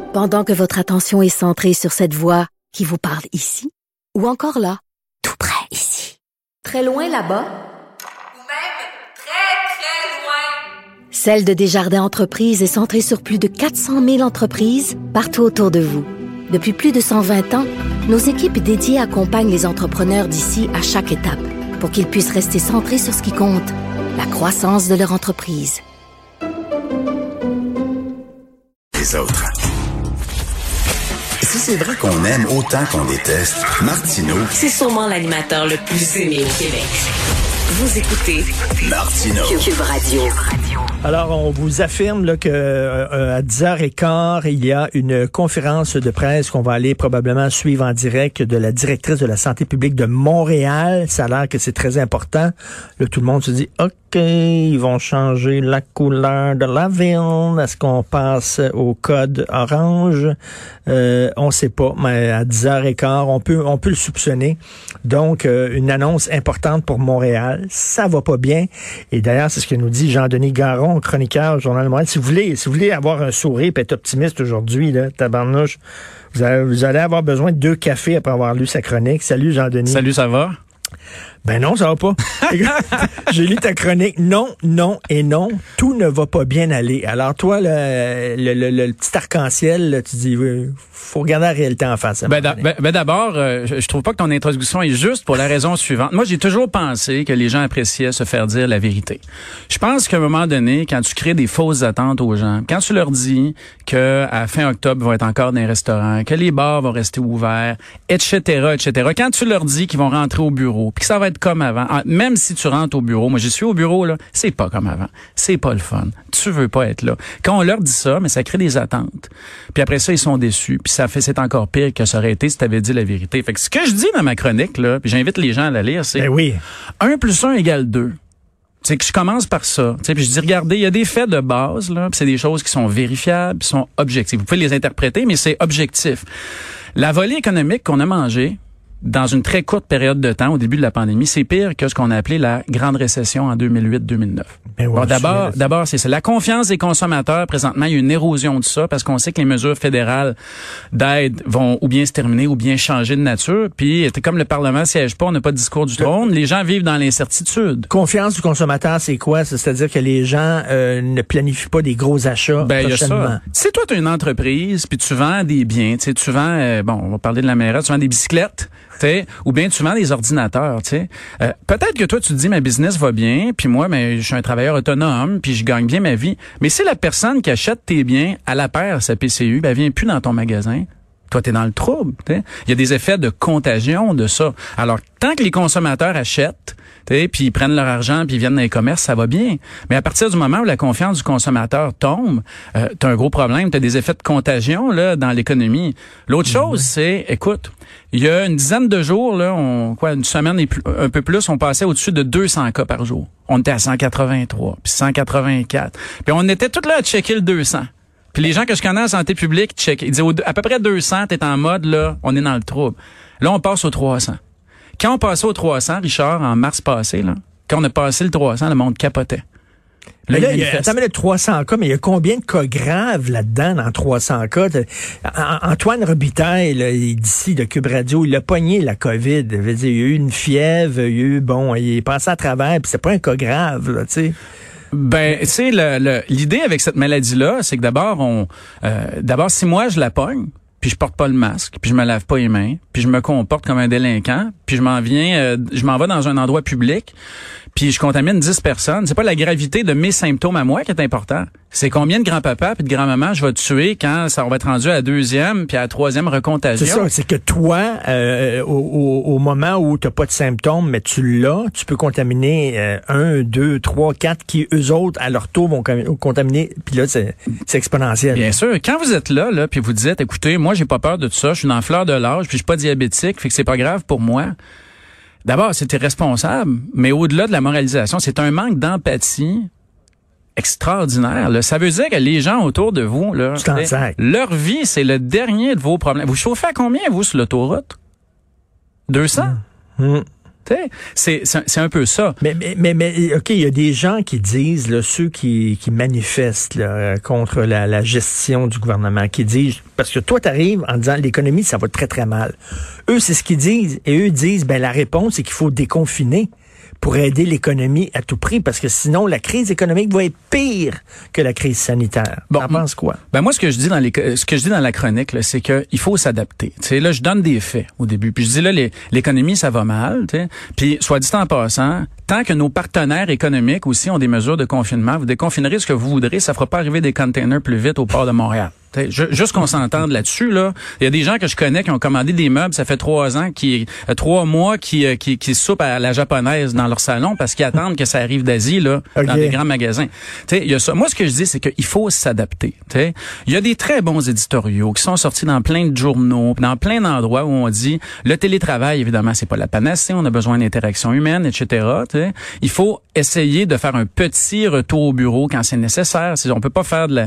Pendant que votre attention est centrée sur cette voix qui vous parle ici, ou encore là, tout près ici, très loin là-bas, ou même très, très loin. Celle de Desjardins Entreprises est centrée sur plus de 400 000 entreprises partout autour de vous. Depuis plus de 120 ans, nos équipes dédiées accompagnent les entrepreneurs d'ici à chaque étape pour qu'ils puissent rester centrés sur ce qui compte, la croissance de leur entreprise. Les autres. Si c'est vrai qu'on aime autant qu'on déteste, Martineau, c'est sûrement l'animateur le plus aimé au Québec. Vous écoutez Martineau. Cube Radio. Alors, on vous affirme là, que à 10h15, il y a une conférence de presse qu'on va aller probablement suivre en direct de la directrice de la santé publique de Montréal. Ça a l'air que c'est très important. Là, tout le monde se dit, OK, ils vont changer la couleur de la ville. Est-ce qu'on passe au code orange? On sait pas, mais à 10h15, on peut le soupçonner. Donc, une annonce importante pour Montréal. Ça va pas bien. Et d'ailleurs, c'est ce que nous dit Jean-Denis Garon, chroniqueur au Journal de Montréal. Si vous voulez avoir un sourire et être optimiste aujourd'hui, là, tabarnouche, vous allez avoir besoin de 2 cafés après avoir lu sa chronique. Salut Jean-Denis. Salut, ça va? Ben non, ça va pas. J'ai lu ta chronique. Non, non et non. Tout ne va pas bien aller. Alors toi, le petit arc-en-ciel, là, tu dis, faut regarder la réalité en face. D'abord, je trouve pas que ton introduction est juste pour la raison suivante. Moi, j'ai toujours pensé que les gens appréciaient se faire dire la vérité. Je pense qu'à un moment donné, quand tu crées des fausses attentes aux gens, quand tu leur dis que à fin octobre, ils vont être encore dans les restaurants, que les bars vont rester ouverts, etc., quand tu leur dis qu'ils vont rentrer au bureau, puis que ça va être comme avant, même si tu rentres au bureau, moi j'y suis au bureau, là, c'est pas comme avant. C'est pas le fun. Tu veux pas être là. Quand on leur dit ça, mais ça crée des attentes. Puis après ça, ils sont déçus. Puis c'est encore pire que ça aurait été si tu avais dit la vérité. Fait que ce que je dis dans ma chronique, là, puis j'invite les gens à la lire, c'est 1 + 1 = 2. C'est que je commence par ça. Puis je dis, regardez, il y a des faits de base, là, puis c'est des choses qui sont vérifiables, qui sont objectives. Vous pouvez les interpréter, mais c'est objectif. La volée économique qu'on a mangée, dans une très courte période de temps, au début de la pandémie, c'est pire que ce qu'on a appelé la grande récession en 2008-2009. Bon, d'abord, c'est ça. La confiance des consommateurs, présentement, il y a une érosion de ça, parce qu'on sait que les mesures fédérales d'aide vont ou bien se terminer ou bien changer de nature. Puis, comme le Parlement siège pas, on n'a pas de discours du trône, les gens vivent dans l'incertitude. Confiance du consommateur, c'est quoi? C'est-à-dire que les gens ne planifient pas des gros achats prochainement. Si toi, tu as une entreprise, puis tu vends des biens, tu vends, on va parler de la mairette, tu vends des bicyclettes, ou bien tu vends des ordinateurs, peut-être que toi tu te dis ma business va bien, puis moi je suis un travailleur autonome, puis je gagne bien ma vie. Mais si la personne qui achète tes biens à la paire sa PCU, vient plus dans ton magasin, toi t'es dans le trouble. Il y a des effets de contagion de ça. Alors tant que les consommateurs achètent, puis ils prennent leur argent, puis ils viennent dans les commerces, ça va bien. Mais à partir du moment où la confiance du consommateur tombe, t'as un gros problème, t'as des effets de contagion là dans l'économie. L'autre chose, c'est, écoute, il y a une dizaine de jours, là, une semaine et un peu plus, on passait au-dessus de 200 cas par jour. On était à 183, puis 184. Puis on était tous là à checker le 200. Puis les gens que je connais en santé publique, ils disaient à peu près 200, t'es en mode, là, on est dans le trouble. Là, on passe au 300. Quand on passait au 300, Richard, en mars passé, là, quand on a passé le 300, le monde capotait. Là, il y a 300 cas, mais il y a combien de cas graves là-dedans dans 300 cas? Antoine Robitaille, d'ici de Cube Radio, il a pogné la COVID. Il y a eu une fièvre, il est passé à travers, puis c'est pas un cas grave, là, tu sais. L'idée avec cette maladie-là, c'est que d'abord, si moi je la pogne, puis je porte pas le masque, puis je me lave pas les mains, puis je me comporte comme un délinquant, puis je m'en vais dans un endroit public, puis je contamine 10 personnes. C'est pas la gravité de mes symptômes à moi qui est important. C'est combien de grands-papas puis de grand-mamans je vais tuer quand on va être rendu à la 2e puis à la 3e recontagion. C'est ça, c'est que toi, au moment où t'as pas de symptômes, mais tu l'as, tu peux contaminer 1, 2, 3, 4 qui, eux autres, à leur tour, vont contaminer, puis là, c'est exponentiel. Bien sûr. Quand vous êtes là, puis vous dites, écoutez, moi, j'ai pas peur de tout ça, je suis dans la fleur de l'âge, puis je suis pas diabétique, fait que c'est pas grave pour moi. D'abord, c'est irresponsable, mais au-delà de la moralisation, c'est un manque d'empathie extraordinaire. Là. Ça veut dire que les gens autour de vous, là, leur vie, c'est le dernier de vos problèmes. Vous chauffez à combien, vous, sur l'autoroute? 200? C'est un peu ça. Mais, OK, il y a des gens qui disent, là, ceux qui manifestent là, contre la gestion du gouvernement, qui disent, parce que toi, t'arrives en disant l'économie, ça va très, très mal. Eux, c'est ce qu'ils disent. Et eux disent, la réponse, c'est qu'il faut déconfiner pour aider l'économie à tout prix, parce que sinon, la crise économique va être pire que la crise sanitaire. T'en penses quoi? Moi, ce que je dis dans la chronique, là, c'est que il faut s'adapter. Tu sais, là, je donne des faits au début, puis je dis là, l'économie, ça va mal. Tu sais, puis soit dit en passant, tant que nos partenaires économiques aussi ont des mesures de confinement, vous déconfinerez ce que vous voudrez, ça fera pas arriver des containers plus vite au port de Montréal. Juste qu'on s'entende là-dessus, là. Il y a des gens que je connais qui ont commandé des meubles, ça fait 3 mois qui soupent à la japonaise dans leur salon parce qu'ils attendent que ça arrive d'Asie, là, dans des grands magasins. Il y a ça. Moi, ce que je dis, c'est qu'il faut s'adapter. Il y a des très bons éditoriaux qui sont sortis dans plein de journaux, dans plein d'endroits où on dit, le télétravail, évidemment, c'est pas la panacée, on a besoin d'interaction humaine, etc. Il faut essayer de faire un petit retour au bureau quand c'est nécessaire. On peut pas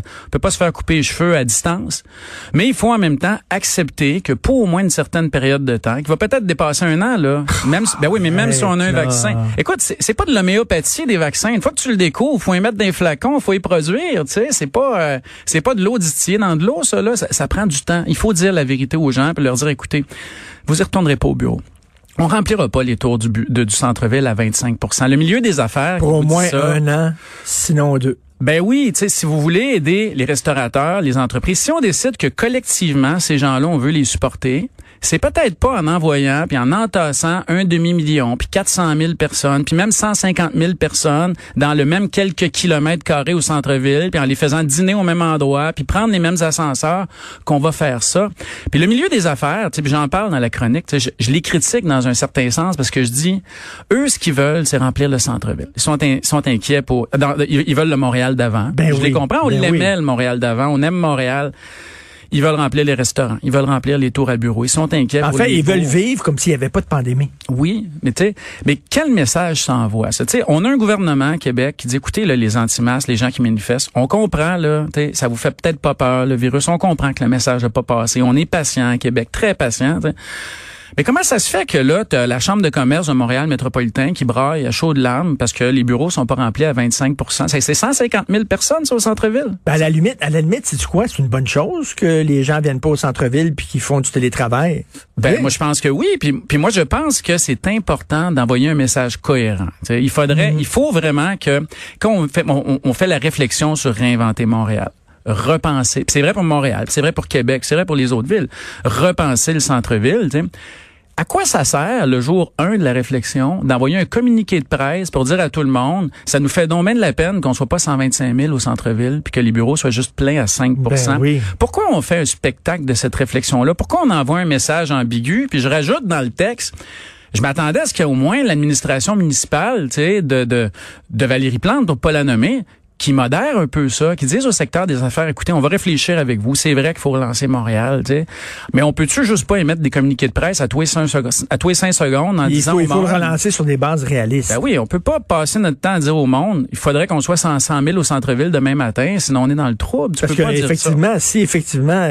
se faire couper les cheveux à distance, mais il faut en même temps accepter que pour au moins une certaine période de temps, qui va peut-être dépasser 1 an, là, même si on a un vaccin. Écoute, c'est pas de l'homéopathie des vaccins. Une fois que tu le découvres, faut y mettre des flacons, faut y produire, tu sais, c'est pas de l'eau distillée dans de l'eau, ça, là, ça prend du temps. Il faut dire la vérité aux gens puis leur dire, écoutez, vous y retournerez pas au bureau. On remplira pas les tours du centre-ville à 25%. Le milieu des affaires... Pour au moins 1 an, sinon 2. Ben oui, tu sais, si vous voulez aider les restaurateurs, les entreprises, si on décide que collectivement, ces gens-là, on veut les supporter, c'est peut-être pas en envoyant puis en entassant 1 demi-million puis 400 000 personnes puis même 150 000 personnes dans le même quelques kilomètres carrés au centre-ville puis en les faisant dîner au même endroit puis prendre les mêmes ascenseurs qu'on va faire ça. Puis le milieu des affaires, tu sais, j'en parle dans la chronique, tu sais, je les critique dans un certain sens parce que je dis, eux, ce qu'ils veulent, c'est remplir le centre-ville. Ils sont inquiets ils veulent le Montréal d'avant. Je les comprends, on l'aimait le Montréal d'avant, on aime Montréal. Ils veulent remplir les restaurants, ils veulent remplir les tours à bureaux, ils sont inquiets. En fait, ils veulent vivre comme s'il n'y avait pas de pandémie. Oui, mais quel message s'envoie ça? On a un gouvernement Québec qui dit, écoutez, là, les anti-masques, les gens qui manifestent, on comprend, là, ça vous fait peut-être pas peur, le virus, on comprend que le message n'a pas passé, on est patient à Québec, très patient, t'sais. Mais comment ça se fait que là, t'as la Chambre de commerce de Montréal métropolitain qui braille à chaudes larmes parce que les bureaux sont pas remplis à 25%? C'est 150 000 personnes, ça, au centre-ville. À la limite, sais-tu quoi? C'est une bonne chose que les gens viennent pas au centre-ville puis qu'ils font du télétravail. Moi, je pense que oui. Puis moi, je pense que c'est important d'envoyer un message cohérent. T'sais, il faut vraiment que, quand on fait la réflexion sur réinventer Montréal, repenser. Puis c'est vrai pour Montréal, c'est vrai pour Québec, c'est vrai pour les autres villes. Repenser le centre-ville, tu sais. À quoi ça sert, le jour 1 de la réflexion, d'envoyer un communiqué de presse pour dire à tout le monde, ça nous fait donc bien de la peine qu'on soit pas 125 000 au centre-ville puis que les bureaux soient juste pleins à 5%. Oui. Pourquoi on fait un spectacle de cette réflexion-là? Pourquoi on envoie un message ambigu? Puis je rajoute dans le texte, je m'attendais à ce qu'il y ait au moins l'administration municipale, tu sais, de Valérie Plante, pour pas la nommer, qui modèrent un peu ça, qui disent au secteur des affaires, écoutez, on va réfléchir avec vous. C'est vrai qu'il faut relancer Montréal, tu sais. Mais on peut-tu juste pas émettre des communiqués de presse à tous les 5 secondes en disant il faut le relancer sur des bases réalistes. Ben oui, on peut pas passer notre temps à dire au monde, il faudrait qu'on soit 100 000 au centre-ville demain matin, sinon on est dans le trouble. Parce que effectivement, si effectivement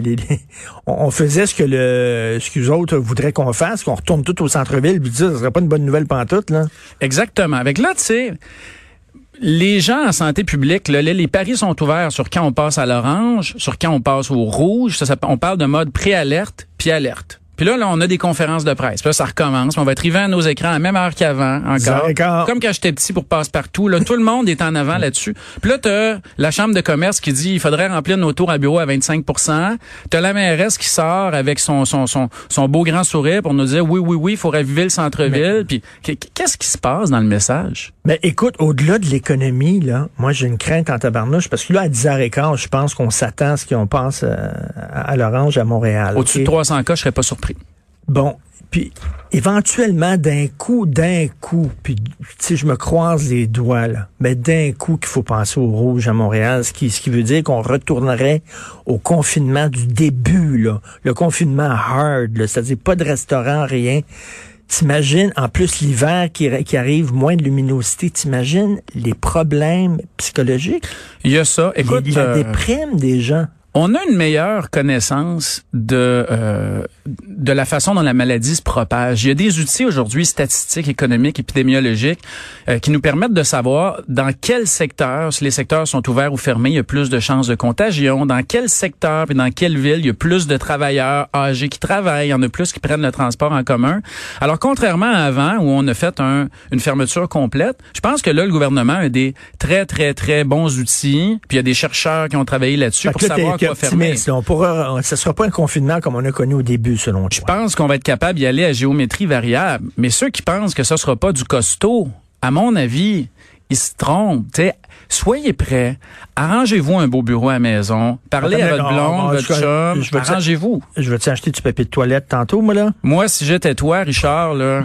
on faisait ce que les autres voudraient qu'on fasse, qu'on retourne tout au centre-ville, puis ça serait pas une bonne nouvelle pantoute, là. Exactement. Avec là, tu sais, les gens en santé publique, là, les paris sont ouverts sur quand on passe à l'orange, sur quand on passe au rouge. On parle de mode pré-alerte puis alerte. Puis là, on a des conférences de presse. Puis là, ça recommence. On va être arrivé à nos écrans à la même heure qu'avant, encore. Comme quand j'étais petit pour Passe-Partout. Là, tout le monde est en avant là-dessus. Puis là, t'as la Chambre de commerce qui dit il faudrait remplir nos tours à bureau à 25%. T'as la mairesse qui sort avec son beau grand sourire pour nous dire oui, il faut raviver le centre-ville. Puis qu'est-ce qui se passe dans le message? Mais écoute, au-delà de l'économie, là, moi, j'ai une crainte en tabarnouche parce que là, à 10h15, je pense qu'on s'attend à ce qu'on passe à l'orange à Montréal. Au-dessus de 300 cas, je serais pas surpris. Bon, puis éventuellement, d'un coup, puis tu sais, je me croise les doigts, là, mais d'un coup qu'il faut passer au rouge à Montréal, ce qui veut dire qu'on retournerait au confinement du début, là, le confinement hard, là, c'est-à-dire pas de restaurant, rien. T'imagines, en plus, l'hiver qui arrive, moins de luminosité, t'imagines les problèmes psychologiques? Il y a ça. Écoute, la déprime des gens. On a une meilleure connaissance de la façon dont la maladie se propage. Il y a des outils aujourd'hui, statistiques, économiques, épidémiologiques, qui nous permettent de savoir dans quel secteur, si les secteurs sont ouverts ou fermés, il y a plus de chances de contagion, dans quel secteur et dans quelle ville, il y a plus de travailleurs âgés qui travaillent, il y en a plus qui prennent le transport en commun. Alors, contrairement à avant, où on a fait une fermeture complète, je pense que là, le gouvernement a des très, très, très bons outils, puis il y a des chercheurs qui ont travaillé là-dessus pour savoir quoi fermer. Ça sera pas un confinement comme on a connu au début, selon toi. Je pense qu'on va être capable d'y aller à géométrie variable, mais ceux qui pensent que ça sera pas du costaud, à mon avis, ils se trompent. T'sais, soyez prêts, arrangez-vous un beau bureau à la maison, parlez à votre blonde, votre chum, arrangez-vous. Je vais t'acheter du papier de toilette tantôt, moi, là? Moi, si j'étais toi, Richard, là,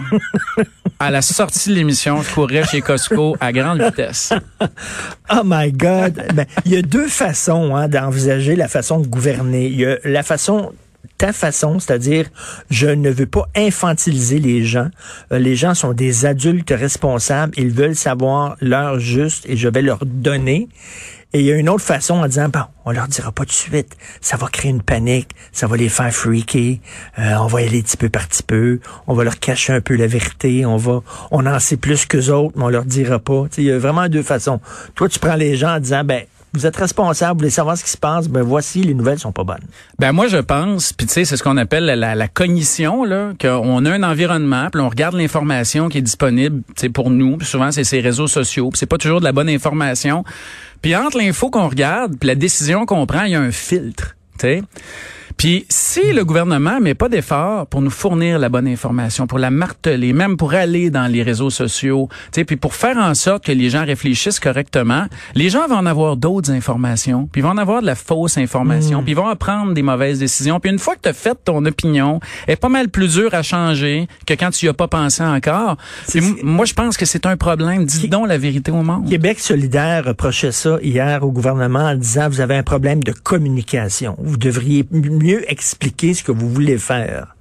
à la sortie de l'émission, je courrais chez Costco à grande vitesse. Oh my God! Ben, il y a deux façons d'envisager la façon de gouverner. Il y a la façon... ta façon, c'est-à-dire, je ne veux pas infantiliser les gens. Les gens sont des adultes responsables. Ils veulent savoir l'heure juste et je vais leur donner. Et il y a une autre façon en disant, bon, on leur dira pas tout de suite. Ça va créer une panique. Ça va les faire freaker. On va y aller petit peu par petit peu. On va leur cacher un peu la vérité. On en sait plus qu'eux autres, mais on leur dira pas. Il y a vraiment deux façons. Toi, tu prends les gens en disant, ben, vous êtes responsable, vous voulez savoir ce qui se passe, ben voici, les nouvelles sont pas bonnes. Ben moi je pense, puis tu sais, c'est ce qu'on appelle la cognition, là, qu'on a un environnement, puis on regarde l'information qui est disponible, tu sais, pour nous, puis souvent c'est ces réseaux sociaux, puis c'est pas toujours de la bonne information. Puis entre l'info qu'on regarde, puis la décision qu'on prend, il y a un filtre, tu sais. Puis si le gouvernement met pas d'effort pour nous fournir la bonne information, pour la marteler, même pour aller dans les réseaux sociaux, tu sais, puis pour faire en sorte que les gens réfléchissent correctement, les gens vont en avoir d'autres informations, puis ils vont en avoir de la fausse information, puis ils vont en prendre des mauvaises décisions. Puis une fois que tu as fait ton opinion, elle est pas mal plus dure à changer que quand tu y as pas pensé encore. Puis moi, je pense que c'est un problème. Dites donc la vérité au monde. Québec solidaire reprochait ça hier au gouvernement en disant, vous avez un problème de communication. Vous devriez mieux expliquer ce que vous voulez faire.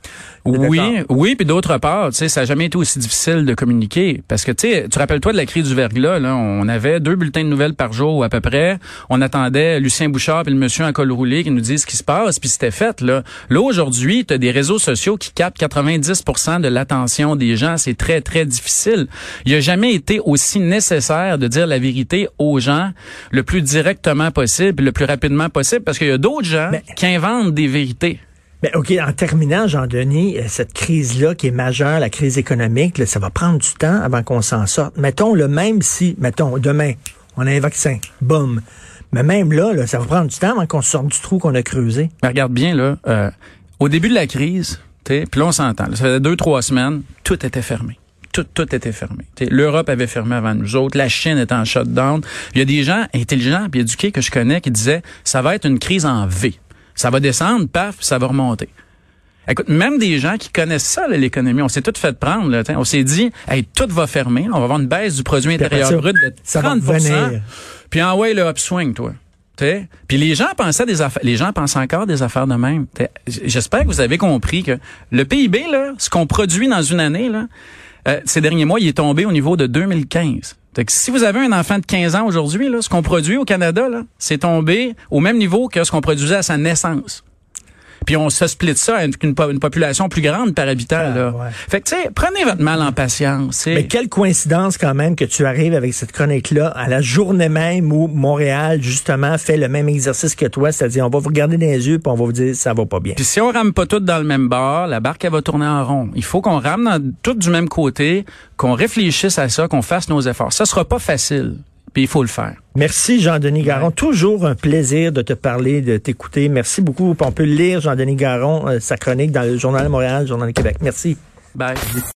Oui, puis d'autre part, tu sais, ça n'a jamais été aussi difficile de communiquer parce que tu sais, tu rappelles-toi de la crise du verglas, là, on avait 2 bulletins de nouvelles par jour à peu près. On attendait Lucien Bouchard et le monsieur en col roulé qui nous disent ce qui se passe, puis c'était fait là. Là aujourd'hui, tu as des réseaux sociaux qui captent 90% de l'attention des gens, c'est très très difficile. Il a jamais été aussi nécessaire de dire la vérité aux gens le plus directement possible, le plus rapidement possible parce qu'il y a d'autres gens qui inventent des vérités. Ben, OK, en terminant, Jean-Denis, cette crise-là qui est majeure, la crise économique, là, ça va prendre du temps avant qu'on s'en sorte. Mettons, même si, demain, on a un vaccin, boum. Mais même là, ça va prendre du temps avant qu'on sorte du trou qu'on a creusé. Mais regarde bien, là, au début de la crise, puis là, on s'entend, là, ça faisait 2-3 semaines, tout était fermé. Tout était fermé. L'Europe avait fermé avant nous autres. La Chine était en shutdown. Il y a des gens intelligents et éduqués que je connais qui disaient, ça va être une crise en V. Ça va descendre, paf, ça va remonter. Écoute, même des gens qui connaissent ça, là, l'économie, on s'est tout fait prendre. Là, on s'est dit, hey, tout va fermer, on va avoir une baisse du produit intérieur brut de 30%. Puis envoie le upswing, toi. T'sais? Puis les gens pensaient les gens pensent encore des affaires de même. J'espère que vous avez compris que le PIB, là, ce qu'on produit dans une année, là, ces derniers mois, il est tombé au niveau de 2015. Donc, si vous avez un enfant de 15 ans aujourd'hui, là, ce qu'on produit au Canada, là, c'est tombé au même niveau que ce qu'on produisait à sa naissance. Puis on se split ça à une population plus grande par habitant. Là. Ouais. Fait que, tu sais, prenez votre mal en patience. Mais quelle coïncidence quand même que tu arrives avec cette chronique-là à la journée même où Montréal, justement, fait le même exercice que toi, c'est-à-dire on va vous regarder dans les yeux puis on va vous dire ça va pas bien. Puis si on rame pas toutes dans le même bar, la barque, elle va tourner en rond. Il faut qu'on rame toutes du même côté, qu'on réfléchisse à ça, qu'on fasse nos efforts. Ça sera pas facile. Puis il faut le faire. Merci Jean-Denis Garon. Ouais. Toujours un plaisir de te parler, de t'écouter. Merci beaucoup. On peut lire Jean-Denis Garon, sa chronique dans le Journal de Montréal, le Journal de Québec. Merci. Bye.